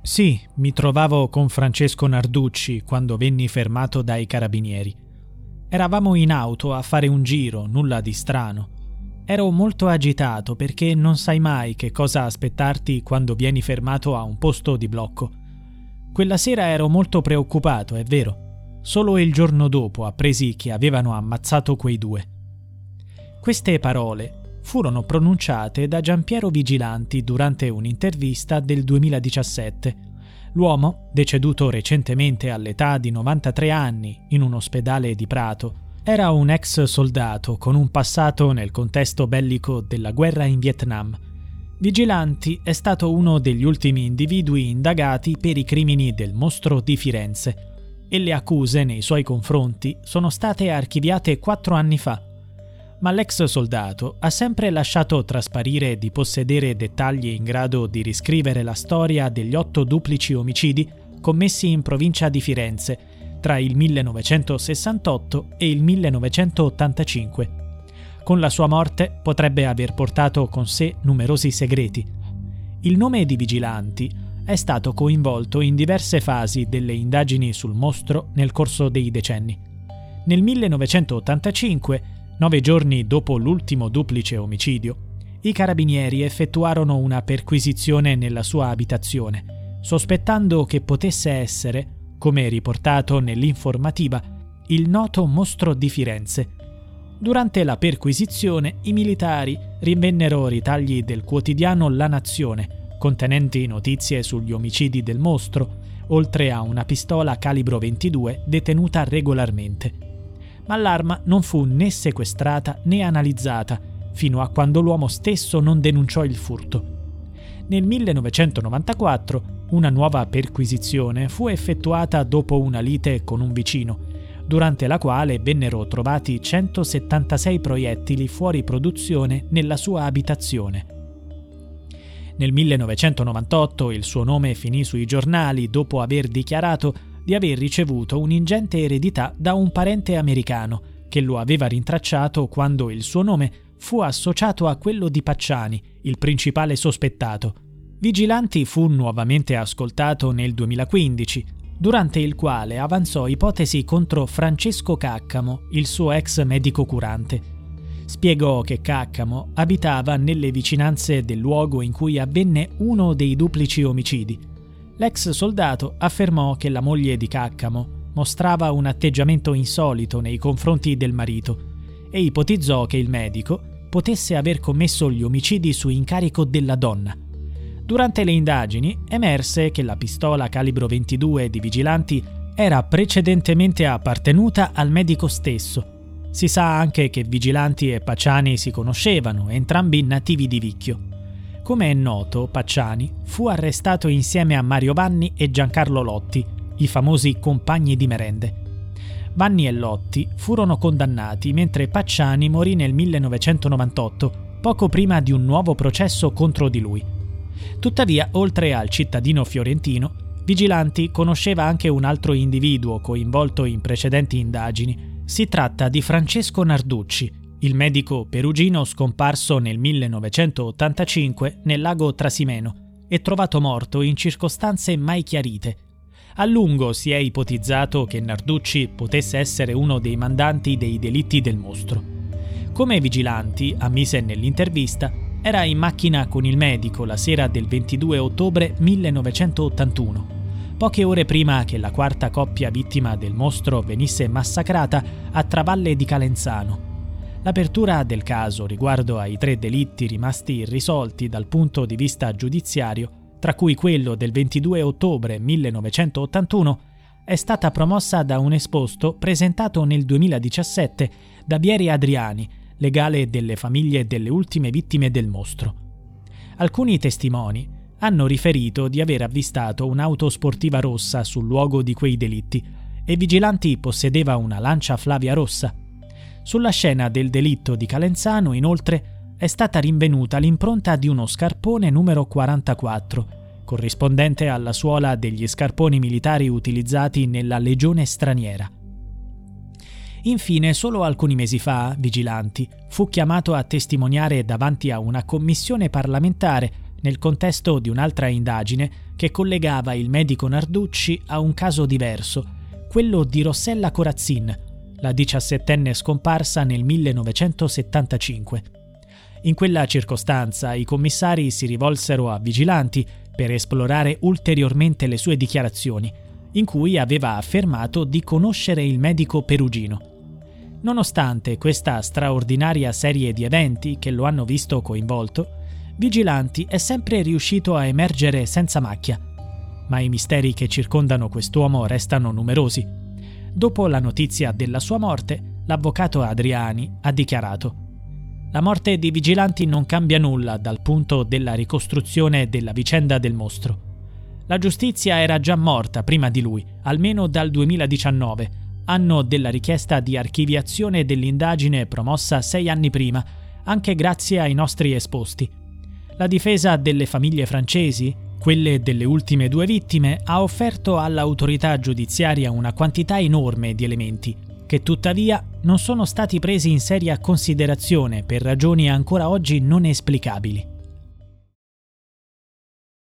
Sì, mi trovavo con Francesco Narducci quando venni fermato dai carabinieri. Eravamo in auto a fare un giro, nulla di strano. Ero molto agitato perché non sai mai che cosa aspettarti quando vieni fermato a un posto di blocco. Quella sera ero molto preoccupato, è vero. Solo il giorno dopo appresi che avevano ammazzato quei due. Queste parole furono pronunciate da Giampiero Vigilanti durante un'intervista del 2017. L'uomo, deceduto recentemente all'età di 93 anni in un ospedale di Prato, era un ex soldato con un passato nel contesto bellico della guerra in Vietnam. Vigilanti è stato uno degli ultimi individui indagati per i crimini del mostro di Firenze e le accuse nei suoi confronti sono state archiviate 4 anni fa. Ma l'ex soldato ha sempre lasciato trasparire di possedere dettagli in grado di riscrivere la storia degli 8 duplici omicidi commessi in provincia di Firenze tra il 1968 e il 1985. Con la sua morte potrebbe aver portato con sé numerosi segreti. Il nome di Vigilanti è stato coinvolto in diverse fasi delle indagini sul mostro nel corso dei decenni. Nel 1985, 9 giorni dopo l'ultimo duplice omicidio, i carabinieri effettuarono una perquisizione nella sua abitazione, sospettando che potesse essere, come riportato nell'informativa, il noto mostro di Firenze. Durante la perquisizione, i militari rinvennero ritagli del quotidiano La Nazione, contenenti notizie sugli omicidi del mostro, oltre a una pistola calibro 22 detenuta regolarmente. Ma l'arma non fu né sequestrata né analizzata, fino a quando l'uomo stesso non denunciò il furto. Nel 1994 una nuova perquisizione fu effettuata dopo una lite con un vicino, durante la quale vennero trovati 176 proiettili fuori produzione nella sua abitazione. Nel 1998 il suo nome finì sui giornali dopo aver dichiarato di aver ricevuto un'ingente eredità da un parente americano che lo aveva rintracciato quando il suo nome fu associato a quello di Pacciani, il principale sospettato. Vigilanti fu nuovamente ascoltato nel 2015, durante il quale avanzò ipotesi contro Francesco Caccamo, il suo ex medico curante. Spiegò che Caccamo abitava nelle vicinanze del luogo in cui avvenne uno dei duplici omicidi. L'ex soldato affermò che la moglie di Caccamo mostrava un atteggiamento insolito nei confronti del marito e ipotizzò che il medico potesse aver commesso gli omicidi su incarico della donna. Durante le indagini emerse che la pistola calibro 22 di Vigilanti era precedentemente appartenuta al medico stesso. Si sa anche che Vigilanti e Pacciani si conoscevano, entrambi nativi di Vicchio. Come è noto, Pacciani fu arrestato insieme a Mario Vanni e Giancarlo Lotti, i famosi compagni di merende. Vanni e Lotti furono condannati mentre Pacciani morì nel 1998, poco prima di un nuovo processo contro di lui. Tuttavia, oltre al cittadino fiorentino, Vigilanti conosceva anche un altro individuo coinvolto in precedenti indagini. Si tratta di Francesco Narducci, il medico perugino scomparso nel 1985 nel lago Trasimeno e trovato morto in circostanze mai chiarite. A lungo si è ipotizzato che Narducci potesse essere uno dei mandanti dei delitti del mostro. Come Vigilanti ammise nell'intervista, era in macchina con il medico la sera del 22 ottobre 1981, poche ore prima che la quarta coppia vittima del mostro venisse massacrata a Travalle di Calenzano. L'apertura del caso riguardo ai 3 delitti rimasti irrisolti dal punto di vista giudiziario, tra cui quello del 22 ottobre 1981, è stata promossa da un esposto presentato nel 2017 da Vieri Adriani, legale delle famiglie delle ultime vittime del mostro. Alcuni testimoni hanno riferito di aver avvistato un'auto sportiva rossa sul luogo di quei delitti e Vigilanti possedeva una Lancia Flavia rossa. Sulla scena del delitto di Calenzano, inoltre, è stata rinvenuta l'impronta di uno scarpone numero 44, corrispondente alla suola degli scarponi militari utilizzati nella Legione straniera. Infine, solo alcuni mesi fa, Vigilanti fu chiamato a testimoniare davanti a una commissione parlamentare nel contesto di un'altra indagine che collegava il medico Narducci a un caso diverso, quello di Rossella Corazzin, la 17enne scomparsa nel 1975. In quella circostanza i commissari si rivolsero a vigilanti per esplorare ulteriormente le sue dichiarazioni, in cui aveva affermato di conoscere il medico perugino. Nonostante questa straordinaria serie di eventi che lo hanno visto coinvolto, Vigilanti è sempre riuscito a emergere senza macchia. Ma i misteri che circondano quest'uomo restano numerosi. Dopo la notizia della sua morte, l'avvocato Adriani ha dichiarato: «La morte di Vigilanti non cambia nulla dal punto della ricostruzione della vicenda del mostro. La giustizia era già morta prima di lui, almeno dal 2019, anno della richiesta di archiviazione dell'indagine promossa 6 anni prima, anche grazie ai nostri esposti. La difesa delle famiglie francesi, quelle delle ultime 2 vittime, ha offerto all'autorità giudiziaria una quantità enorme di elementi, che tuttavia non sono stati presi in seria considerazione per ragioni ancora oggi non esplicabili.